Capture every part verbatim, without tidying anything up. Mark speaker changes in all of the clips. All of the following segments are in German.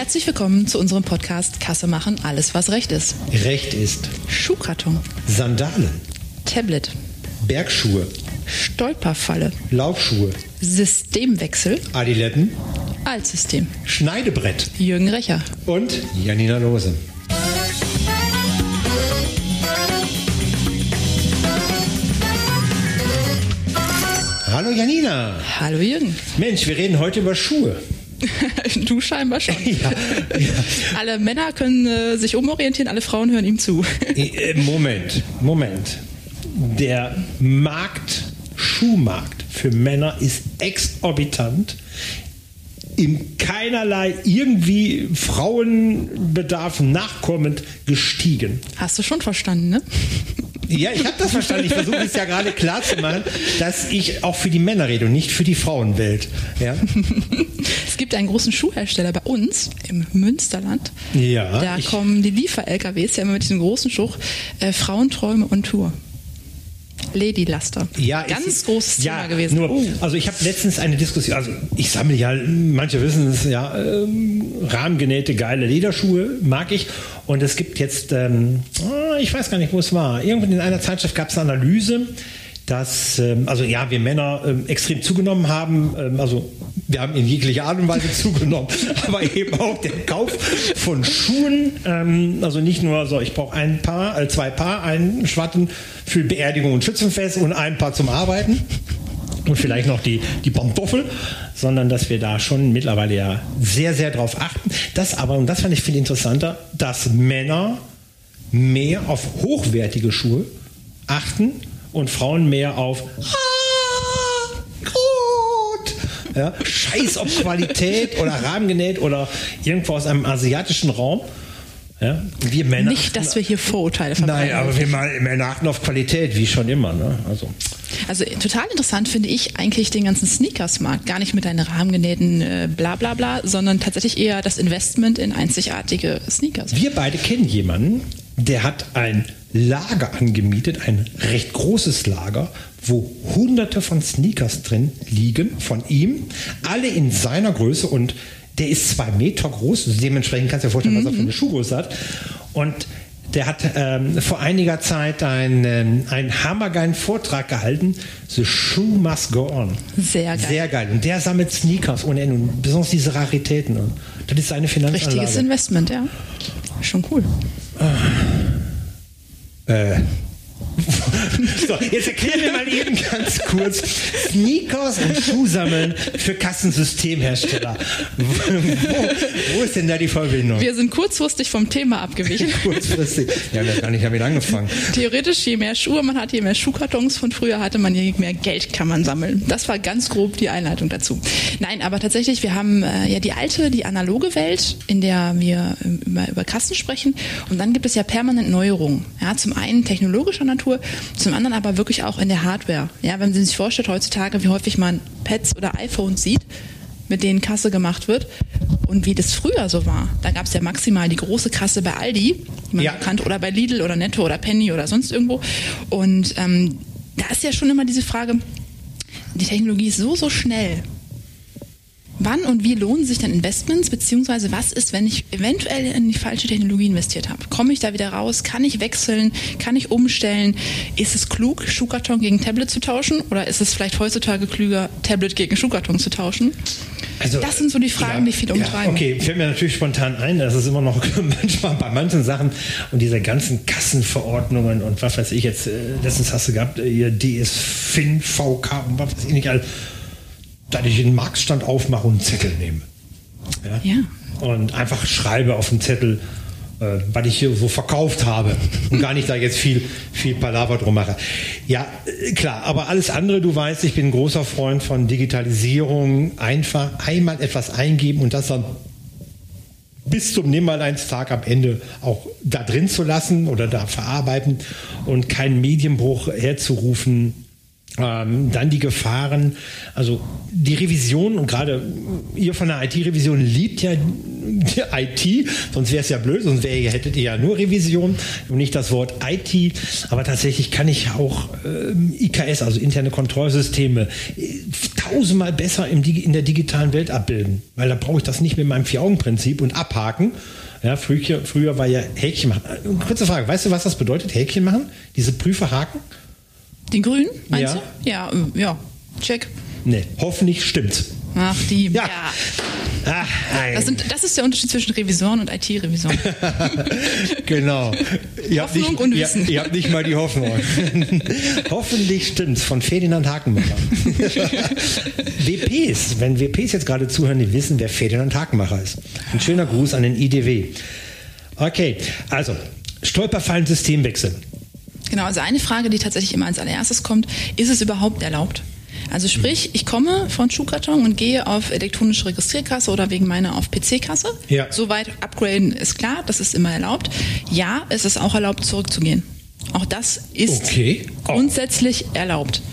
Speaker 1: Herzlich willkommen zu unserem Podcast Kasse machen, alles was Recht ist.
Speaker 2: Recht ist
Speaker 1: Schuhkarton,
Speaker 2: Sandalen,
Speaker 1: Tablet,
Speaker 2: Bergschuhe,
Speaker 1: Stolperfalle,
Speaker 2: Laufschuhe,
Speaker 1: Systemwechsel,
Speaker 2: Adiletten,
Speaker 1: Altsystem,
Speaker 2: Schneidebrett
Speaker 1: Jürgen Recher
Speaker 2: und Janina Lose. Hallo Janina.
Speaker 1: Hallo Jürgen.
Speaker 2: Mensch, wir reden heute über Schuhe.
Speaker 1: Du scheinbar schon.
Speaker 2: Ja, ja.
Speaker 1: Alle Männer können äh, sich umorientieren, alle Frauen hören ihm zu.
Speaker 2: Moment, Moment. Der Markt, Schuhmarkt für Männer ist exorbitant. In keinerlei irgendwie Frauenbedarf nachkommend gestiegen.
Speaker 1: Hast du schon verstanden, ne?
Speaker 2: Ja, ich habe das verstanden. Ich versuche es ja gerade klar zu machen, dass ich auch für die Männer rede und nicht für die Frauenwelt. Ja?
Speaker 1: Es gibt einen großen Schuhhersteller bei uns im Münsterland.
Speaker 2: Ja,
Speaker 1: da
Speaker 2: ich,
Speaker 1: kommen die Liefer-L K Ws ja immer mit diesem großen Schuh äh, Frauenträume on Tour. Lady Laster.
Speaker 2: Ja,
Speaker 1: ganz
Speaker 2: ist,
Speaker 1: großes Thema
Speaker 2: ja,
Speaker 1: gewesen.
Speaker 2: Nur,
Speaker 1: oh.
Speaker 2: Also ich habe letztens eine Diskussion, also ich sammle ja, manche wissen es ja, ähm, rahmengenähte geile Lederschuhe mag ich. Und es gibt jetzt, ähm, ich weiß gar nicht, wo es war, irgendwann in einer Zeitschrift gab es eine Analyse, dass, ähm, also ja, wir Männer ähm, extrem zugenommen haben, ähm, also wir haben in jeglicher Art und Weise zugenommen, aber eben auch der Kauf von Schuhen, ähm, also nicht nur so, ich brauche ein Paar, äh, zwei Paar, einen Schwatten für Beerdigung und Schützenfest und ein Paar zum Arbeiten und vielleicht noch die, die Pantoffel, sondern dass wir da schon mittlerweile ja sehr, sehr drauf achten. Das aber, und das fand ich viel interessanter, dass Männer mehr auf hochwertige Schuhe achten und Frauen mehr auf ah, gut. Ja, Scheiß ob Qualität oder rahmengenäht oder irgendwo aus einem asiatischen Raum. Ja, wir Männer
Speaker 1: Nicht, dass wir hier Vorurteile verbreiten.
Speaker 2: Nein, aber wir Männer achten auf Qualität, wie schon immer. Ne? Also.
Speaker 1: also total interessant finde ich eigentlich den ganzen Sneakers-Markt. Gar nicht mit deinen rahmengenähten äh, bla bla bla, sondern tatsächlich eher das Investment in einzigartige Sneakers.
Speaker 2: Wir beide kennen jemanden, der hat ein Lager angemietet, ein recht großes Lager, wo hunderte von Sneakers drin liegen von ihm, alle in seiner Größe und der ist zwei Meter groß, dementsprechend kannst du dir vorstellen, was er für eine Schuhgröße hat. Und der hat ähm, vor einiger Zeit einen, einen hammergeilen Vortrag gehalten, The Shoe Must Go On.
Speaker 1: Sehr geil.
Speaker 2: Sehr geil. Und der sammelt Sneakers ohne Ende und besonders diese Raritäten. Und das ist seine Finanzanlage.
Speaker 1: Richtiges Investment, ja. Schon cool.
Speaker 2: Äh. So, jetzt erklären wir mal eben ganz kurz Sneakers und Schuhsammeln für Kassensystemhersteller. Wo, wo ist denn da die Verbindung?
Speaker 1: Wir sind kurzfristig vom Thema abgewichen.
Speaker 2: Kurzfristig. Ja, wir haben gar nicht damit angefangen.
Speaker 1: Theoretisch, je mehr Schuhe man hat, je mehr Schuhkartons von früher hatte man, je mehr Geld kann man sammeln. Das war ganz grob die Einleitung dazu. Nein, aber tatsächlich, wir haben äh, ja die alte, die analoge Welt, in der wir äh, über, über Kassen sprechen. Und dann gibt es ja permanent Neuerungen. Ja, zum einen technologischer Natur, zum anderen aber wirklich auch in der Hardware. Ja, wenn man sich vorstellt heutzutage, wie häufig man Pads oder iPhones sieht, mit denen Kasse gemacht wird und wie das früher so war. Da gab es ja maximal die große Kasse bei Aldi, die man
Speaker 2: ja.
Speaker 1: kennt, oder bei Lidl oder Netto oder Penny oder sonst irgendwo. Und ähm, da ist ja schon immer diese Frage, die Technologie ist so, so schnell. Wann und wie lohnen sich dann Investments, beziehungsweise was ist, wenn ich eventuell in die falsche Technologie investiert habe? Komme ich da wieder raus? Kann ich wechseln? Kann ich umstellen? Ist es klug, Schuhkarton gegen Tablet zu tauschen? Oder ist es vielleicht heutzutage klüger, Tablet gegen Schuhkarton zu tauschen? Also, das sind so die Fragen, ja, die viele umtreiben.
Speaker 2: Ja, okay, fällt mir natürlich spontan ein, das ist immer noch manchmal bei manchen Sachen und diese ganzen Kassenverordnungen und was weiß ich jetzt, letztens hast du gehabt, hier D S F I N, V K und was weiß ich nicht, alles. Dass ich einen Marktstand aufmache und einen Zettel nehme. Ja?
Speaker 1: Ja.
Speaker 2: Und einfach schreibe auf den Zettel, äh, was ich hier so verkauft habe. Und gar nicht da jetzt viel, viel Palaver drum mache. Ja, äh, klar, aber alles andere, du weißt, ich bin ein großer Freund von Digitalisierung. Einfach einmal etwas eingeben und das dann bis zum Nimmerleinstag am Ende auch da drin zu lassen oder da verarbeiten und keinen Medienbruch herzurufen. Ähm, dann die Gefahren, also die Revision und gerade ihr von der I T-Revision liebt ja I T, sonst wäre es ja blöd, sonst wär, hättet ihr ja nur Revision und nicht das Wort I T. Aber tatsächlich kann ich auch äh, I K S, also interne Kontrollsysteme, tausendmal besser im, in der digitalen Welt abbilden, weil da brauche ich das nicht mit meinem Vier-Augen-Prinzip und abhaken. Ja, früher, früher war ja Häkchen machen. Kurze Frage, weißt du, was das bedeutet, Häkchen machen? Diese Prüfer haken?
Speaker 1: Den grünen, meinst
Speaker 2: ja.
Speaker 1: du? Ja, ja, check.
Speaker 2: Nee, hoffentlich stimmt's.
Speaker 1: Ach, die,
Speaker 2: ja.
Speaker 1: ja.
Speaker 2: Ach,
Speaker 1: das, sind, das ist der Unterschied zwischen Revisoren und I T-Revisoren.
Speaker 2: Genau. Ihr habt,
Speaker 1: Hoffnung
Speaker 2: nicht,
Speaker 1: und
Speaker 2: ihr,
Speaker 1: Wissen.
Speaker 2: Ihr habt nicht mal die Hoffnung. Hoffentlich stimmt's, von Ferdinand Hakenmacher. W Ps, wenn W Ps jetzt gerade zuhören, die wissen, wer Ferdinand Hakenmacher ist. Ein schöner Gruß an den I D W. Okay, also Stolperfallen, Systemwechsel.
Speaker 1: Genau, also eine Frage, die tatsächlich immer als allererstes kommt, ist es überhaupt erlaubt? Also sprich, ich komme von Schuhkarton und gehe auf elektronische Registrierkasse oder wegen meiner auf P C-Kasse.
Speaker 2: Ja.
Speaker 1: Soweit upgraden ist klar, das ist immer erlaubt. Ja, es ist auch erlaubt, zurückzugehen. Auch das ist
Speaker 2: okay. oh.
Speaker 1: grundsätzlich erlaubt.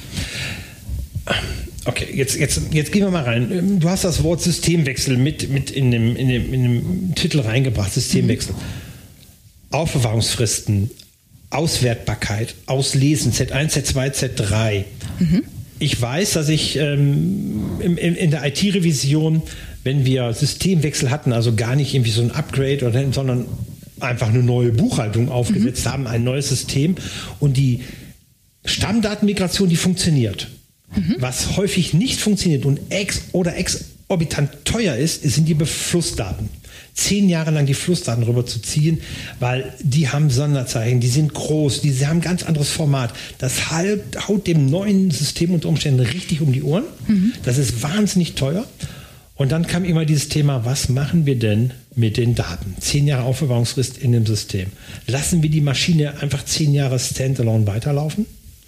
Speaker 2: Okay, jetzt, jetzt, jetzt gehen wir mal rein. Du hast das Wort Systemwechsel mit, mit in, dem, in, dem, in dem Titel reingebracht, Systemwechsel. Mhm. Aufbewahrungsfristen, Auswertbarkeit, Auslesen, Z eins, Z zwei, Z drei. Mhm. Ich weiß, dass ich ähm, in, in der I T-Revision, wenn wir Systemwechsel hatten, also gar nicht irgendwie so ein Upgrade, oder, sondern einfach eine neue Buchhaltung aufgesetzt mhm. haben, ein neues System und die Stammdatenmigration, die funktioniert. Mhm. Was häufig nicht funktioniert und ex oder exorbitant teuer ist, sind die Beflussdaten. Zehn Jahre lang die Flussdaten rüber zu ziehen, weil die haben Sonderzeichen, die sind groß, die haben ein ganz anderes Format. Das haut dem neuen System unter Umständen richtig um die Ohren. Mhm. Das ist wahnsinnig teuer. Und dann kam immer dieses Thema, was machen wir denn mit den Daten? Zehn Jahre Aufbewahrungsfrist in dem System. Lassen wir die Maschine einfach zehn Jahre Standalone weiterlaufen?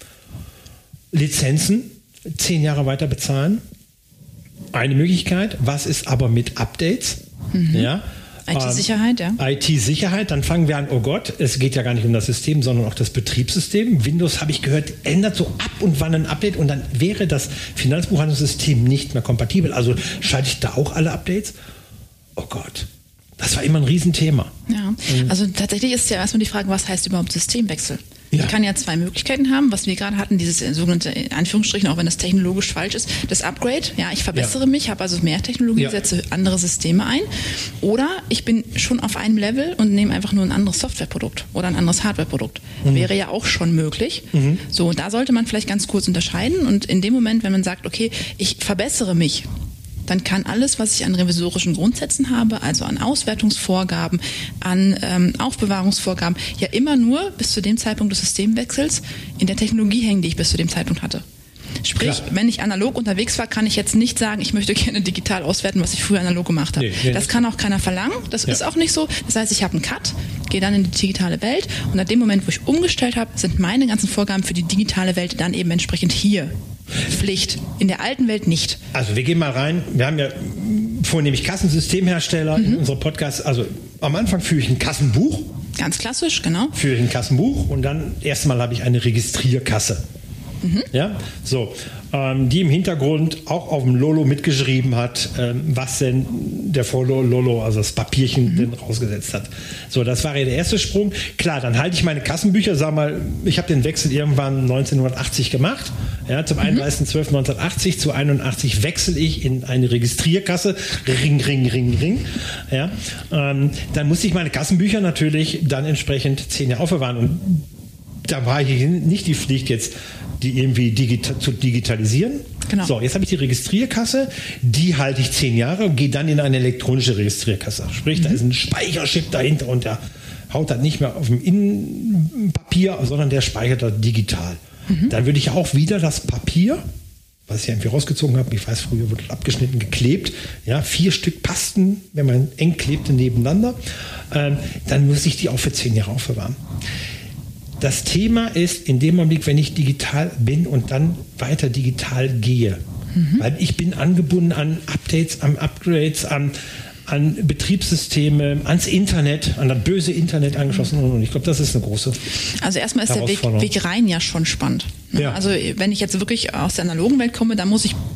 Speaker 2: Lizenzen zehn Jahre weiter bezahlen? Eine Möglichkeit. Was ist aber mit Updates? Mhm. Ja.
Speaker 1: I T-Sicherheit, ja.
Speaker 2: I T-Sicherheit, dann fangen wir an, oh Gott, es geht ja gar nicht um das System, sondern auch das Betriebssystem. Windows, habe ich gehört, ändert so ab und wann ein Update und dann wäre das Finanzbuchhaltungssystem nicht mehr kompatibel. Also schalte ich da auch alle Updates? Oh Gott, das war immer ein Riesenthema.
Speaker 1: Ja, also tatsächlich ist ja erstmal die Frage, was heißt überhaupt Systemwechsel?
Speaker 2: Ja.
Speaker 1: Ich kann ja zwei Möglichkeiten haben, was wir gerade hatten, dieses sogenannte, in Anführungsstrichen, auch wenn das technologisch falsch ist, das Upgrade. Ja, ich verbessere ja. mich, habe also mehr Technologie, ja. setze andere Systeme ein. Oder ich bin schon auf einem Level und nehme einfach nur ein anderes Softwareprodukt oder ein anderes Hardwareprodukt. Mhm. Wäre ja auch schon möglich. Mhm. So, und da sollte man vielleicht ganz kurz unterscheiden. Und in dem Moment, wenn man sagt, okay, ich verbessere mich, dann kann alles, was ich an revisorischen Grundsätzen habe, also an Auswertungsvorgaben, an ähm, Aufbewahrungsvorgaben, ja immer nur bis zu dem Zeitpunkt des Systemwechsels in der Technologie hängen, die ich bis zu dem Zeitpunkt hatte. Sprich, Klar. wenn ich analog unterwegs war, kann ich jetzt nicht sagen, ich möchte gerne digital auswerten, was ich früher analog gemacht habe. Nee, nee, das kann auch keiner verlangen, das ja. ist auch nicht so. Das heißt, ich habe einen Cut, gehe dann in die digitale Welt und ab dem Moment, wo ich umgestellt habe, sind meine ganzen Vorgaben für die digitale Welt dann eben entsprechend hier. Pflicht. In der alten Welt nicht.
Speaker 2: Also wir gehen mal rein. Wir haben ja vornehmlich Kassensystemhersteller mhm. in unserem Podcast. Also am Anfang führe ich ein Kassenbuch.
Speaker 1: Ganz klassisch, genau.
Speaker 2: Führe ich ein Kassenbuch und dann erstmal habe ich eine Registrierkasse. Mhm. Ja, so. Ähm, die im Hintergrund auch auf dem Lolo mitgeschrieben hat, ähm, was denn der Lolo, also das Papierchen, mhm. denn rausgesetzt hat. So, das war ja der erste Sprung. Klar, dann halte ich meine Kassenbücher, sag mal, ich habe den Wechsel irgendwann neunzehnhundertachtzig gemacht. Ja, zum mhm. einunddreißigsten zwölften neunzehnhundertachtzig zu einundachtzig wechsle ich in eine Registrierkasse. Ring, ring, ring, ring. Ja, ähm, dann muss ich meine Kassenbücher natürlich dann entsprechend zehn Jahre aufbewahren. Und da war ich nicht die Pflicht jetzt, die irgendwie digita- zu digitalisieren. Genau. So, jetzt habe ich die Registrierkasse, die halte ich zehn Jahre und gehe dann in eine elektronische Registrierkasse. Sprich, mhm. da ist ein Speicherchip dahinter und der haut das nicht mehr auf dem Innenpapier, sondern der speichert das digital. Mhm. Dann würde ich auch wieder das Papier, was ich irgendwie rausgezogen habe, ich weiß, früher wurde das abgeschnitten, geklebt, ja, vier Stück passten, wenn man eng klebte nebeneinander, ähm, dann muss ich die auch für zehn Jahre aufbewahren. Das Thema ist in dem Augenblick, wenn ich digital bin und dann weiter digital gehe. Mhm. Weil ich bin angebunden an Updates, an Upgrades, an, an Betriebssysteme, ans Internet, an das böse Internet angeschlossen. Und ich glaube, das ist eine große
Speaker 1: Also erstmal ist der Weg, Weg rein ja schon spannend.
Speaker 2: Ja.
Speaker 1: Also wenn ich jetzt wirklich aus der analogen Welt komme, dann muss ich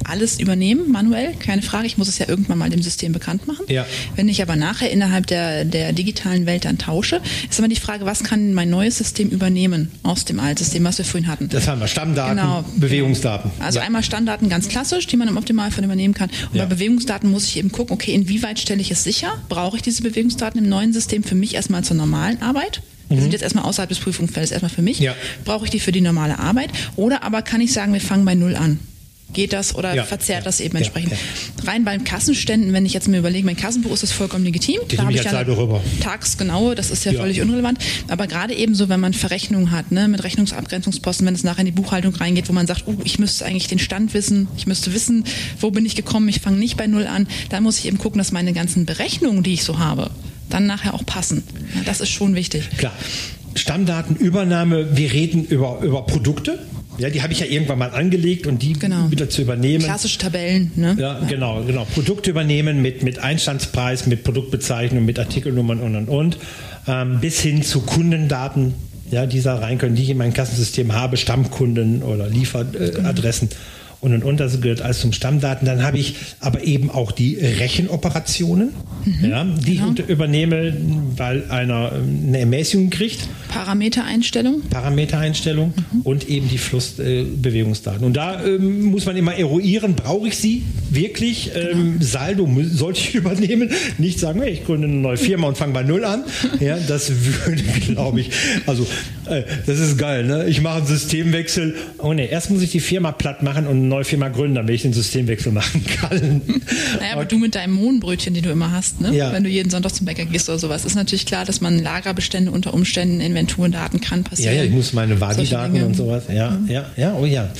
Speaker 1: alles übernehmen, manuell, keine Frage. Ich muss es ja irgendwann mal dem System bekannt machen.
Speaker 2: Ja.
Speaker 1: Wenn ich aber nachher innerhalb der, der digitalen Welt dann tausche, ist immer die Frage, was kann mein neues System übernehmen aus dem Altsystem, was wir vorhin hatten.
Speaker 2: Das haben wir, Stammdaten,
Speaker 1: genau.
Speaker 2: Bewegungsdaten.
Speaker 1: Also
Speaker 2: ja.
Speaker 1: einmal Stammdaten ganz klassisch, die man im Optimalfall übernehmen kann. Und
Speaker 2: ja.
Speaker 1: bei Bewegungsdaten muss ich eben gucken, okay, inwieweit stelle ich es sicher? Brauche ich diese Bewegungsdaten im neuen System für mich erstmal zur normalen Arbeit? Die sind jetzt erstmal außerhalb des Prüfungsfeldes, erstmal für mich. Ja. Brauche ich die für die normale Arbeit? Oder aber kann ich sagen, wir fangen bei Null an? Geht das oder ja, verzerrt ja, das eben entsprechend? Ja, ja. Rein beim Kassenständen, wenn ich jetzt mir überlege, mein Kassenbuch ist das vollkommen legitim.
Speaker 2: Die
Speaker 1: da habe ich
Speaker 2: ja
Speaker 1: tagsgenaue, das ist ja, ja völlig unrelevant. Aber gerade eben so, wenn man Verrechnungen hat, ne, mit Rechnungsabgrenzungsposten, wenn es nachher in die Buchhaltung reingeht, wo man sagt, oh, ich müsste eigentlich den Stand wissen, ich müsste wissen, wo bin ich gekommen, ich fange nicht bei Null an, dann muss ich eben gucken, dass meine ganzen Berechnungen, die ich so habe, dann nachher auch passen. Ja, das ist schon wichtig.
Speaker 2: Klar. Stammdatenübernahme, wir reden über, über Produkte. Ja, die habe ich ja irgendwann mal angelegt und die genau. wieder zu übernehmen.
Speaker 1: Klassische Tabellen, ne?
Speaker 2: Ja, ja, genau, genau. Produkte übernehmen mit, mit Einstandspreis, mit Produktbezeichnung, mit Artikelnummern und und und. Ähm, bis hin zu Kundendaten, ja, die da rein können, die ich in meinem Kassensystem habe, Stammkunden oder Lieferadressen. Genau. Und und und, das gehört alles zum Stammdaten. Dann habe ich aber eben auch die Rechenoperationen, mhm, ja, die genau. ich übernehme, weil einer eine Ermäßigung kriegt.
Speaker 1: Parametereinstellung.
Speaker 2: Parametereinstellung mhm. und eben die Flussbewegungsdaten. Äh, und da ähm, muss man immer eruieren, brauche ich sie wirklich? Genau. Ähm, Saldo sollte ich übernehmen. Nicht sagen, hey, ich gründe eine neue Firma und fange bei Null an. Ja, das würde, glaube ich, also äh, das ist geil, ne? Ich mache einen Systemwechsel. Oh ne, erst muss ich die Firma platt machen und eine neue Firma gründen, damit ich den Systemwechsel machen kann.
Speaker 1: Naja, aber du mit deinem Mohnbrötchen, die du immer hast, ne? Ja. Wenn du jeden Sonntag zum Bäcker gehst oder sowas, ist natürlich klar, dass man Lagerbestände unter Umständen, Inventurdaten kann passieren.
Speaker 2: Ja, ja, ich muss meine Wadi-Daten und sowas. Ja, mhm. ja, ja, oh ja.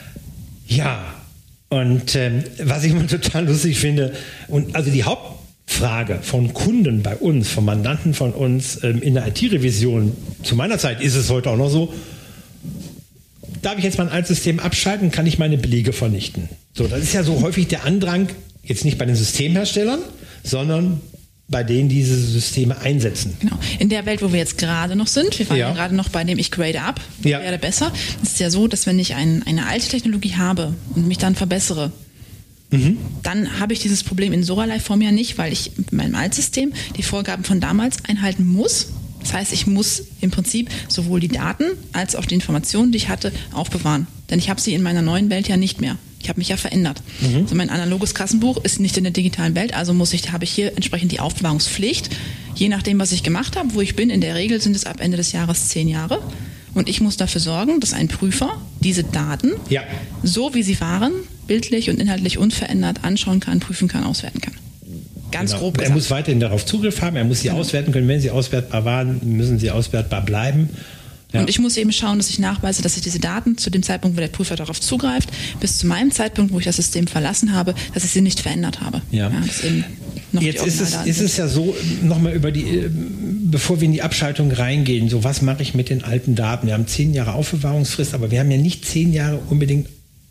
Speaker 2: Ja, und ähm, was ich immer total lustig finde, und also die Hauptfrage von Kunden bei uns, von Mandanten von uns ähm, in der I T-Revision, zu meiner Zeit ist es heute auch noch so, darf ich jetzt mein Altsystem abschalten, kann ich meine Belege vernichten. So, das ist ja so häufig der Andrang, jetzt nicht bei den Systemherstellern, sondern bei denen diese Systeme einsetzen.
Speaker 1: Genau. In der Welt, wo wir jetzt gerade noch sind, wir waren ja, ja gerade noch bei dem ich grade up, ja. werde besser. Es ist ja so, dass wenn ich ein, eine alte Technologie habe und mich dann verbessere, mhm. dann habe ich dieses Problem in so allerlei Form ja nicht, weil ich mit meinem Altsystem die Vorgaben von damals einhalten muss. Das heißt, ich muss im Prinzip sowohl die Daten als auch die Informationen, die ich hatte, aufbewahren. Denn ich habe sie in meiner neuen Welt ja nicht mehr. Ich habe mich ja verändert. Mhm. Also mein analoges Kassenbuch ist nicht in der digitalen Welt, also muss ich, habe ich hier entsprechend die Aufbewahrungspflicht. Je nachdem, was ich gemacht habe, wo ich bin, in der Regel sind es ab Ende des Jahres zehn Jahre. Und ich muss dafür sorgen, dass ein Prüfer diese Daten, ja. so wie sie waren, bildlich und inhaltlich unverändert anschauen kann, prüfen kann, auswerten kann. Ganz
Speaker 2: genau.
Speaker 1: grob
Speaker 2: gesagt. Er muss weiterhin darauf Zugriff haben, er muss sie genau. auswerten können. Wenn sie auswertbar waren, müssen sie auswertbar bleiben. Ja.
Speaker 1: Und ich muss eben schauen, dass ich nachweise, dass ich diese Daten zu dem Zeitpunkt, wo der Prüfer darauf zugreift, bis zu meinem Zeitpunkt, wo ich das System verlassen habe, dass ich sie nicht verändert habe.
Speaker 2: Ja. Ja, das eben noch Jetzt ist es, ist es ja so, nochmal über die, bevor wir in die Abschaltung reingehen, so was mache ich mit den alten Daten? Wir haben zehn Jahre Aufbewahrungsfrist, aber wir haben ja nicht zehn Jahre unbedingt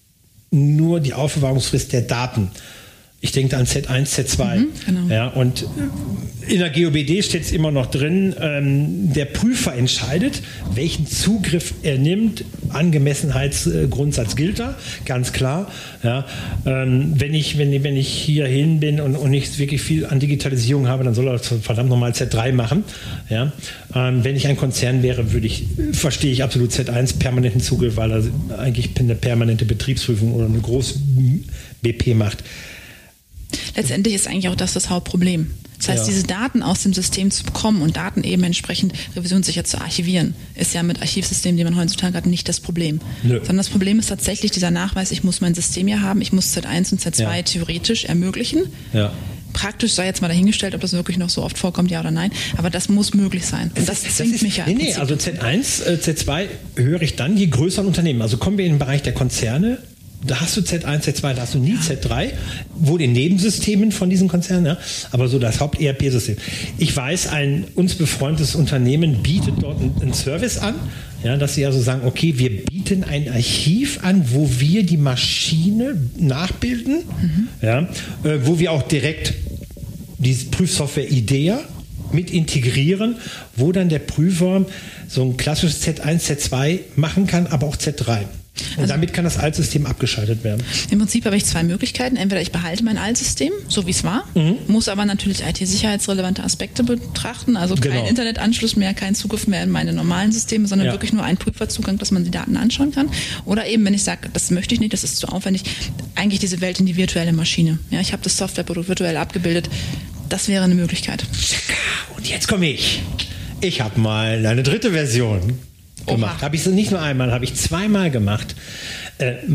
Speaker 2: nur die Aufbewahrungsfrist der Daten. Ich denke da an Z eins, Z zwei. Mhm, genau. Ja, und in der G O B D steht es immer noch drin, ähm, der Prüfer entscheidet, welchen Zugriff er nimmt. Angemessenheitsgrundsatz gilt da, ganz klar. Ja, ähm, wenn, ich, wenn, wenn ich hier hin bin und, und nicht wirklich viel an Digitalisierung habe, dann soll er verdammt nochmal Z drei machen. Ja, ähm, wenn ich ein Konzern wäre, würde ich, verstehe ich absolut Z eins, permanenten Zugriff, weil er eigentlich eine permanente Betriebsprüfung oder eine große B P macht.
Speaker 1: Letztendlich ist eigentlich auch das das Hauptproblem. Das heißt, ja. diese Daten aus dem System zu bekommen und Daten eben entsprechend revisionssicher zu archivieren, ist ja mit Archivsystemen, die man heutzutage hat, nicht das Problem. Nö. Sondern das Problem ist tatsächlich dieser Nachweis, ich muss mein System ja haben, ich muss Z eins und Z zwei ja. theoretisch ermöglichen. Ja. Praktisch sei jetzt mal dahingestellt, ob das wirklich noch so oft vorkommt, ja oder nein. Aber das muss möglich sein. Und das, das zwingt
Speaker 2: das ist,
Speaker 1: mich ja.
Speaker 2: Nee, nee, also Z eins, äh, Z zwei höre ich dann, je größer ein Unternehmen. Also kommen wir in den Bereich der Konzerne. Da hast du Z eins, Z zwei, da hast du nie ja. Z drei, wohl in Nebensystemen von diesen Konzernen, ja, aber so das Haupt-E R P-System. Ich weiß, ein uns befreundetes Unternehmen bietet dort einen, einen Service an, ja, dass sie also sagen, okay, wir bieten ein Archiv an, wo wir die Maschine nachbilden, mhm. ja, äh, wo wir auch direkt diese Prüfsoftware IDEA mit integrieren, wo dann der Prüfer so ein klassisches Z eins, Z zwei machen kann, aber auch Z drei. Und also, damit kann das Altsystem abgeschaltet werden.
Speaker 1: Im Prinzip habe ich zwei Möglichkeiten. Entweder ich behalte mein Altsystem, so wie es war, mhm. muss aber natürlich I T-sicherheitsrelevante Aspekte betrachten, also kein genau. Internetanschluss mehr, kein Zugriff mehr in meine normalen Systeme, sondern ja. wirklich nur ein Prüferzugang, dass man die Daten anschauen kann. Oder eben, wenn ich sage, das möchte ich nicht, das ist zu aufwendig, eigentlich diese Welt in die virtuelle Maschine. Ja, ich habe das Softwareprodukt virtuell abgebildet. Das wäre eine Möglichkeit.
Speaker 2: Und jetzt komme ich. Ich habe mal eine dritte Version gemacht. Habe ich so nicht nur einmal, habe ich zweimal gemacht. Äh,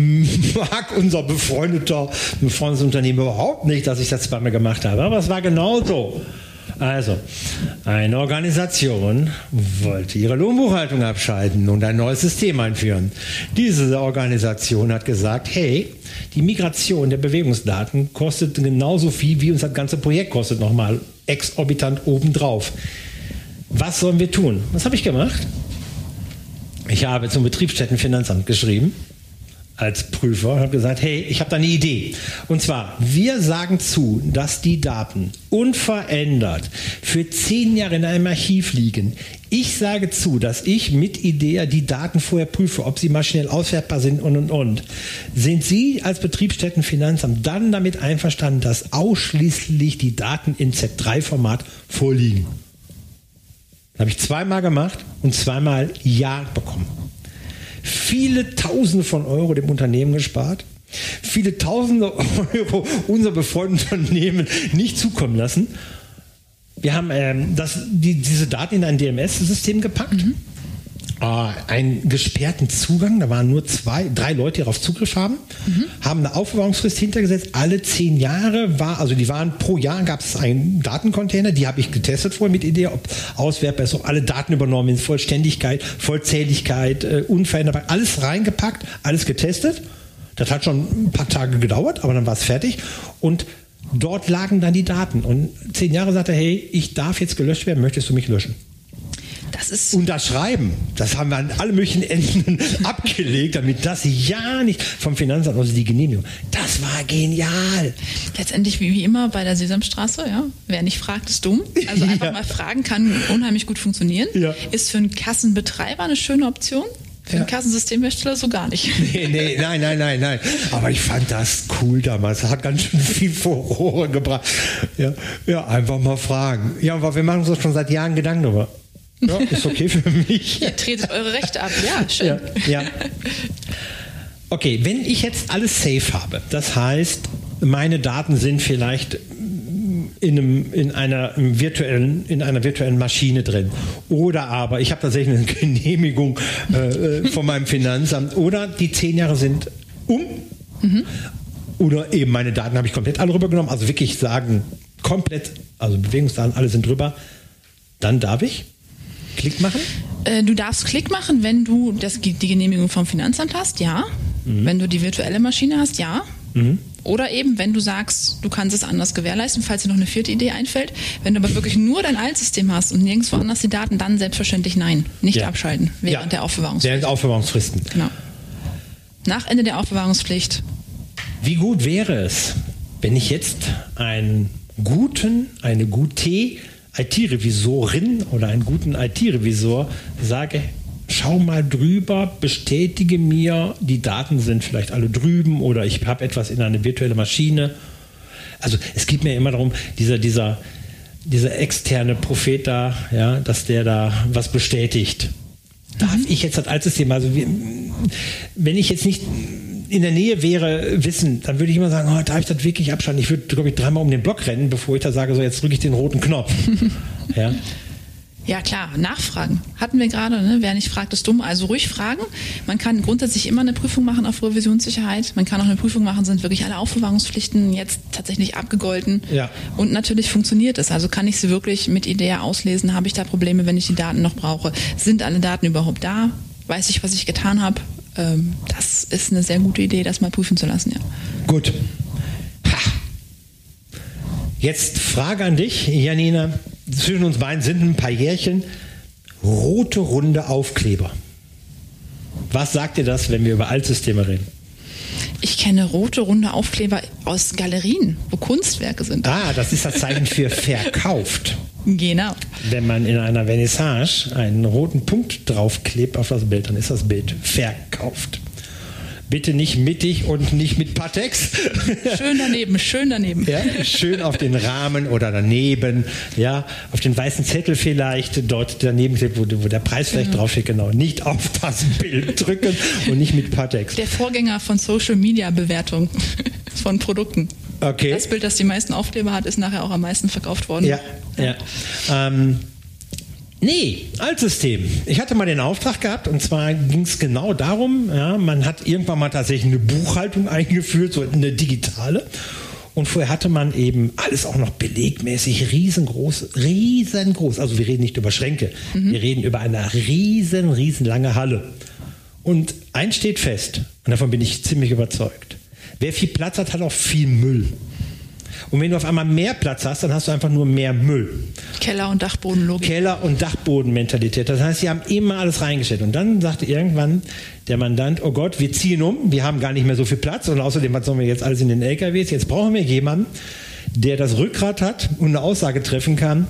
Speaker 2: mag unser befreundeter, befreundetes Unternehmen überhaupt nicht, dass ich das zweimal gemacht habe. Aber es war genau so. Also, eine Organisation wollte ihre Lohnbuchhaltung abschalten und ein neues System einführen. Diese Organisation hat gesagt, hey, die Migration der Bewegungsdaten kostet genauso viel, wie uns das ganze Projekt kostet, nochmal exorbitant obendrauf. Was sollen wir tun? Was habe ich gemacht? Ich habe zum Betriebsstättenfinanzamt geschrieben, als Prüfer, und habe gesagt, hey, ich habe da eine Idee. Und zwar, wir sagen zu, dass die Daten unverändert für zehn Jahre in einem Archiv liegen. Ich sage zu, dass ich mit IDEA die Daten vorher prüfe, ob sie mal schnell auswertbar sind und, und, und. Sind Sie als Betriebsstättenfinanzamt dann damit einverstanden, dass ausschließlich die Daten in Z drei Format vorliegen? Das habe ich zweimal gemacht und zweimal Ja bekommen. Viele Tausende von Euro dem Unternehmen gespart, viele Tausende Euro unser befreundetes Unternehmen nicht zukommen lassen. Wir haben ähm, das, die, diese Daten in ein D M S-System gepackt, mhm. äh, einen gesperrten Zugang, da waren nur zwei, drei Leute, die darauf Zugriff haben, mhm. haben eine Aufbewahrungsfrist hintergesetzt, alle zehn Jahre war, also die waren pro Jahr, gab es einen Datencontainer, die habe ich getestet vorher mit Idee, ob auswertbar ist, ob alle Daten übernommen sind, Vollständigkeit, Vollzähligkeit, äh, Unveränderbarkeit, alles reingepackt, alles getestet. Das hat schon ein paar Tage gedauert, aber dann war es fertig und dort lagen dann die Daten und zehn Jahre sagte er, hey, ich darf jetzt gelöscht werden, möchtest du mich löschen? Das ist Unterschreiben, das haben wir an alle möglichen Enden abgelegt, damit das ja nicht vom Finanzamt, also die Genehmigung. Das war genial.
Speaker 1: Letztendlich wie, wie immer bei der Sesamstraße, ja. Wer nicht fragt, ist dumm. Also einfach ja. mal fragen kann unheimlich gut funktionieren. Ja. Ist für einen Kassenbetreiber eine schöne Option. Für ja. einen Kassensystemhersteller so gar nicht.
Speaker 2: Nee, nee, nein, nein, nein, nein. Aber ich fand das cool damals. Das hat ganz schön viel Furore gebracht. Ja, ja, einfach mal fragen. Ja, aber wir machen uns schon seit Jahren Gedanken darüber. Ja, ist okay für mich.
Speaker 1: Ihr tretet eure Rechte ab. Ja, schön.
Speaker 2: Ja, ja. Okay, wenn ich jetzt alles safe habe, das heißt, meine Daten sind vielleicht in, einem, in, einer virtuellen, in einer virtuellen Maschine drin. Oder aber ich habe tatsächlich eine Genehmigung äh, von meinem Finanzamt. Oder die zehn Jahre sind um. Mhm. Oder eben meine Daten habe ich komplett alle rübergenommen. Also wirklich sagen, komplett, also Bewegungsdaten, alle sind drüber. Dann darf ich Klick machen?
Speaker 1: Äh, du darfst Klick machen, wenn du das, die Genehmigung vom Finanzamt hast, ja. Mhm. Wenn du die virtuelle Maschine hast, ja. Mhm. Oder eben, wenn du sagst, du kannst es anders gewährleisten, falls dir noch eine vierte Idee einfällt. Wenn du aber wirklich nur dein Altsystem hast und nirgendwo anders die Daten, dann selbstverständlich nein. Nicht ja. abschalten während ja. der Aufbewahrungsfrist.
Speaker 2: Während der Aufbewahrungsfristen.
Speaker 1: Genau. Nach Ende der Aufbewahrungspflicht.
Speaker 2: Wie gut wäre es, wenn ich jetzt einen guten, eine gute I T-Revisorin oder einen guten I T-Revisor sage, schau mal drüber, bestätige mir, die Daten sind vielleicht alle drüben oder ich habe etwas in eine virtuelle Maschine. Also es geht mir immer darum, dieser, dieser, dieser externe Prophet da, ja, dass der da was bestätigt. Darf mhm. ich jetzt das Altsystem, also wenn ich jetzt nicht in der Nähe wäre, wissen, dann würde ich immer sagen, oh, darf ich das wirklich abschalten? Ich würde, glaube ich, dreimal um den Block rennen, bevor ich da sage, so jetzt drücke ich den roten Knopf. Ja.
Speaker 1: Ja klar, nachfragen. Hatten wir gerade, ne? Wer nicht fragt, ist dumm. Also ruhig fragen. Man kann grundsätzlich immer eine Prüfung machen auf Revisionssicherheit. Man kann auch eine Prüfung machen, sind wirklich alle Aufbewahrungspflichten jetzt tatsächlich abgegolten. Ja. Und natürlich funktioniert es. Also kann ich sie wirklich mit IDEA auslesen? Habe ich da Probleme, wenn ich die Daten noch brauche? Sind alle Daten überhaupt da? Weiß ich, was ich getan habe? Ähm, das ist eine sehr gute Idee, das mal prüfen zu lassen, ja.
Speaker 2: Gut. Ha. Jetzt Frage an dich, Janina. Zwischen uns beiden sind ein paar Jährchen. Rote, runde Aufkleber. Was sagt dir das, wenn wir über Altsysteme reden?
Speaker 1: Ich kenne rote, runde Aufkleber aus Galerien, wo Kunstwerke sind.
Speaker 2: Ah, das ist das Zeichen für verkauft.
Speaker 1: Genau.
Speaker 2: Wenn man in einer Vernissage einen roten Punkt draufklebt auf das Bild, dann ist das Bild verkauft. bitte nicht mittig und nicht mit Pattex.
Speaker 1: Schön daneben, schön daneben.
Speaker 2: Ja, schön auf den Rahmen oder daneben, ja, auf den weißen Zettel vielleicht, dort daneben, wo, wo der Preis vielleicht genau. draufsteht, genau. Nicht auf das Bild drücken und nicht mit Pattex.
Speaker 1: Der Vorgänger von Social Media Bewertung von Produkten.
Speaker 2: Okay.
Speaker 1: Das Bild, das die meisten Aufkleber hat, ist nachher auch am meisten verkauft worden.
Speaker 2: Ja, ja. Ähm, Nee, Altsystem. Ich hatte mal den Auftrag gehabt und zwar ging es genau darum, ja, man hat irgendwann mal tatsächlich eine Buchhaltung eingeführt, so eine digitale. Und vorher hatte man eben alles auch noch belegmäßig riesengroß, riesengroß. Also wir reden nicht über Schränke, mhm. wir reden über eine riesen, riesenlange Halle. Und eins steht fest, und davon bin ich ziemlich überzeugt. Wer viel Platz hat, hat auch viel Müll. Und wenn du auf einmal mehr Platz hast, dann hast du einfach nur mehr Müll.
Speaker 1: Keller- und Dachbodenlogik.
Speaker 2: Keller- und Dachbodenmentalität. Das heißt, sie haben immer alles reingestellt. Und dann sagte irgendwann der Mandant, oh Gott, wir ziehen um, wir haben gar nicht mehr so viel Platz und außerdem, was sollen wir jetzt alles in den L K Ws? Jetzt brauchen wir jemanden, der das Rückgrat hat und eine Aussage treffen kann,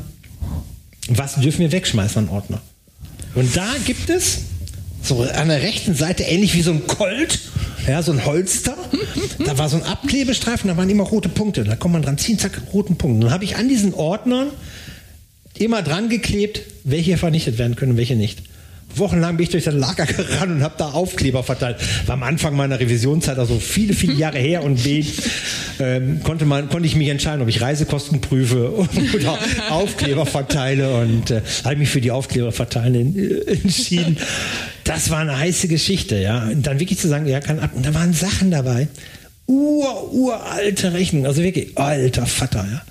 Speaker 2: was dürfen wir wegschmeißen an Ordner. Und da gibt es so an der rechten Seite, ähnlich wie so ein Colt, ja, so ein Holster, da war so ein Abklebestreifen, da waren immer rote Punkte. Da kommt man dran ziehen, zack, roten Punkten. Dann habe ich an diesen Ordnern immer dran geklebt, welche vernichtet werden können und welche nicht. Wochenlang bin ich durch das Lager gerannt und habe da Aufkleber verteilt. War am Anfang meiner Revisionszeit, also viele, viele Jahre her und B, ähm, konnte, man, konnte ich mich entscheiden, ob ich Reisekosten prüfe oder Aufkleber verteile und äh, habe mich für die Aufkleber verteilen äh, entschieden. Das war eine heiße Geschichte, ja. Und dann wirklich zu sagen, ja, kann ab. Und da waren Sachen dabei, ur, uralte Rechnungen, also wirklich alter Vater, ja.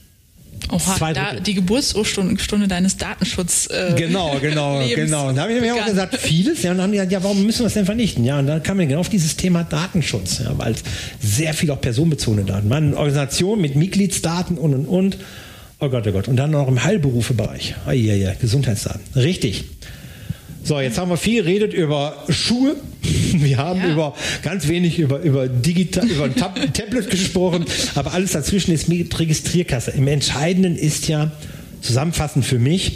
Speaker 1: Oha, da, die Geburtsurstunde Stunde deines Datenschutz. Äh,
Speaker 2: genau, genau, Lebens genau. Und da habe ich mir auch gesagt, vieles. Ja, und dann haben die gesagt, ja, warum müssen wir das denn vernichten? Ja, und dann kam mir genau auf dieses Thema Datenschutz, ja, weil es sehr viel auch personenbezogene Daten waren. Eine Organisation mit Mitgliedsdaten und und und. Oh Gott, oh Gott. Und dann noch im Heilberufebereich. Ah, ja, ja, Gesundheitsdaten. Richtig. So, jetzt haben wir viel geredet über Schuhe. Wir haben ja. über ganz wenig über, über digital, über ein Tab Tablet gesprochen, aber alles dazwischen ist mit Registrierkasse. Im Entscheidenden ist ja zusammenfassend für mich,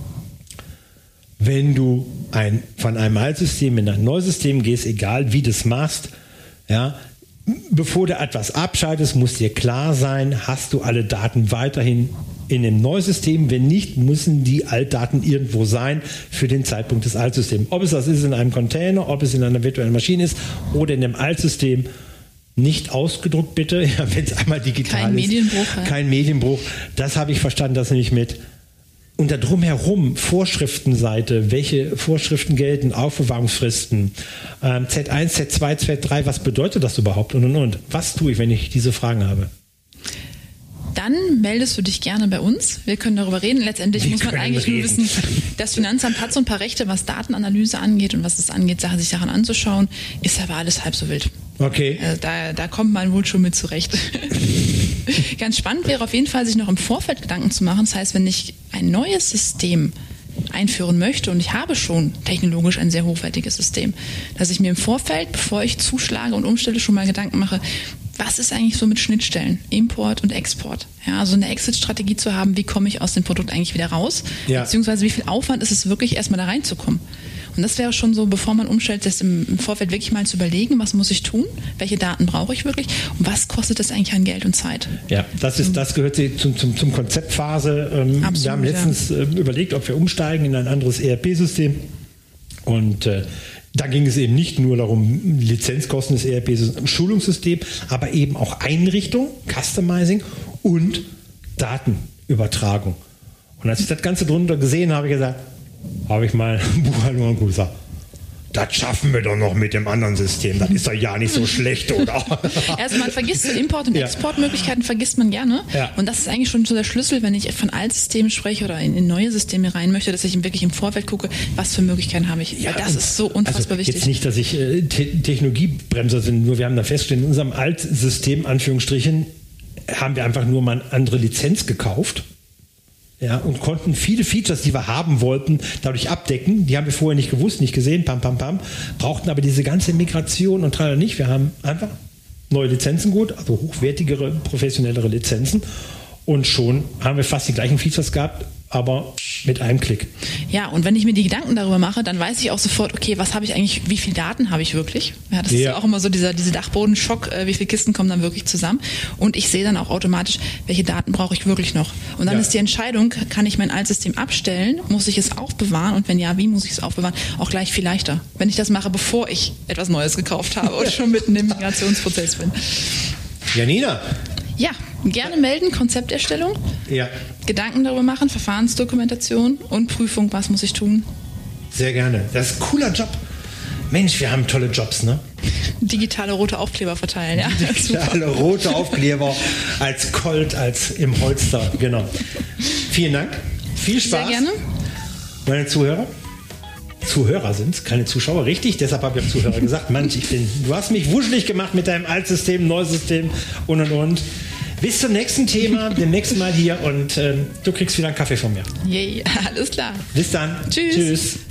Speaker 2: wenn du ein, von einem Altsystem in ein neues System gehst, egal wie du es machst, ja, bevor du etwas abschaltest, muss dir klar sein, hast du alle Daten weiterhin in dem Neusystem. Wenn nicht, müssen die Altdaten irgendwo sein für den Zeitpunkt des Altsystems. Ob es das ist in einem Container, ob es in einer virtuellen Maschine ist oder in dem Altsystem. Nicht ausgedruckt bitte, ja, wenn es einmal digital
Speaker 1: Kein
Speaker 2: ist.
Speaker 1: Medienbruch. Ja.
Speaker 2: Kein Medienbruch. Das habe ich verstanden, das nämlich mit. Und da drumherum, Vorschriftenseite, welche Vorschriften gelten, Aufbewahrungsfristen, ähm, Z eins, Z zwei, Z drei, was bedeutet das überhaupt und und und. Was tue ich, wenn ich diese Fragen habe?
Speaker 1: Dann meldest du dich gerne bei uns. Wir können darüber reden. Letztendlich Wir muss man eigentlich reden. nur wissen, das Finanzamt hat so ein paar Rechte, was Datenanalyse angeht und was es angeht, sich Sachen anzuschauen. Ist aber alles halb so wild.
Speaker 2: Okay.
Speaker 1: Also da, da kommt man wohl schon mit zurecht. Ganz spannend wäre auf jeden Fall, sich noch im Vorfeld Gedanken zu machen. Das heißt, wenn ich ein neues System einführen möchte und ich habe schon technologisch ein sehr hochwertiges System, dass ich mir im Vorfeld, bevor ich zuschlage und umstelle, schon mal Gedanken mache, was ist eigentlich so mit Schnittstellen, Import und Export? Ja, also eine Exit-Strategie zu haben, wie komme ich aus dem Produkt eigentlich wieder raus? Ja. Beziehungsweise wie viel Aufwand ist es wirklich, erstmal da reinzukommen? Und das wäre schon so, bevor man umstellt, das im Vorfeld wirklich mal zu überlegen, was muss ich tun, welche Daten brauche ich wirklich und was kostet das eigentlich an Geld und Zeit?
Speaker 2: Ja, das ist, das gehört zum, zum, zum Konzeptphase. Ähm, Absolut, wir haben letztens ja. äh, überlegt, ob wir umsteigen in ein anderes E R P-System und äh, da ging es eben nicht nur darum, Lizenzkosten des E R Ps, ein Schulungssystem, aber eben auch Einrichtung, Customizing und Datenübertragung. Und als ich das Ganze drunter gesehen habe, habe ich gesagt, habe ich mal Buchhaltung und gesagt, das schaffen wir doch noch mit dem anderen System. Das ist doch ja nicht so schlecht, oder?
Speaker 1: Also man vergisst Import- und Exportmöglichkeiten, vergisst man gerne. Ja. Und das ist eigentlich schon so der Schlüssel, wenn ich von Altsystemen spreche oder in, in neue Systeme rein möchte, dass ich wirklich im Vorfeld gucke, was für Möglichkeiten habe ich. Ja, weil das ist so unfassbar
Speaker 2: also
Speaker 1: wichtig.
Speaker 2: Jetzt nicht, dass ich äh, Te- Technologiebremser bin, nur wir haben da festgestellt, in unserem Altsystem, Anführungsstrichen, haben wir einfach nur mal eine andere Lizenz gekauft. Ja, und konnten viele Features, die wir haben wollten, dadurch abdecken. Die haben wir vorher nicht gewusst, nicht gesehen, pam, pam, pam. Brauchten aber diese ganze Migration und tralala nicht. Wir haben einfach neue Lizenzen gut, also hochwertigere, professionellere Lizenzen und schon haben wir fast die gleichen Features gehabt, aber mit einem Klick.
Speaker 1: Ja, und wenn ich mir die Gedanken darüber mache, dann weiß ich auch sofort, okay, was habe ich eigentlich, wie viele Daten habe ich wirklich? Ja, das ja. ist ja auch immer so dieser, dieser Dachbodenschock, äh, wie viele Kisten kommen dann wirklich zusammen. Und ich sehe dann auch automatisch, welche Daten brauche ich wirklich noch. Und dann ja. ist die Entscheidung, kann ich mein Altsystem abstellen, muss ich es aufbewahren und wenn ja, wie muss ich es aufbewahren? Auch gleich viel leichter, wenn ich das mache, bevor ich etwas Neues gekauft habe oder schon mitten im Migrationsprozess bin.
Speaker 2: Janina.
Speaker 1: Ja, gerne melden, Konzepterstellung,
Speaker 2: ja.
Speaker 1: Gedanken darüber machen, Verfahrensdokumentation und Prüfung, was muss ich tun.
Speaker 2: Sehr gerne. Das ist ein cooler Job. Mensch, wir haben tolle Jobs, ne?
Speaker 1: Digitale rote Aufkleber verteilen, ja.
Speaker 2: Digitale rote Aufkleber als Colt, als im Holster, genau. Vielen Dank, viel Spaß.
Speaker 1: Sehr gerne.
Speaker 2: Meine Zuhörer. Zuhörer sind, keine Zuschauer, richtig? Deshalb habe ich auch Zuhörer gesagt. Mensch, ich bin, du hast mich wuschelig gemacht mit deinem Altsystem, Neusystem und und und. Bis zum nächsten Thema, demnächst mal hier und äh, du kriegst wieder einen Kaffee von mir.
Speaker 1: Yay, alles klar.
Speaker 2: Bis dann.
Speaker 1: Tschüss. Tschüss.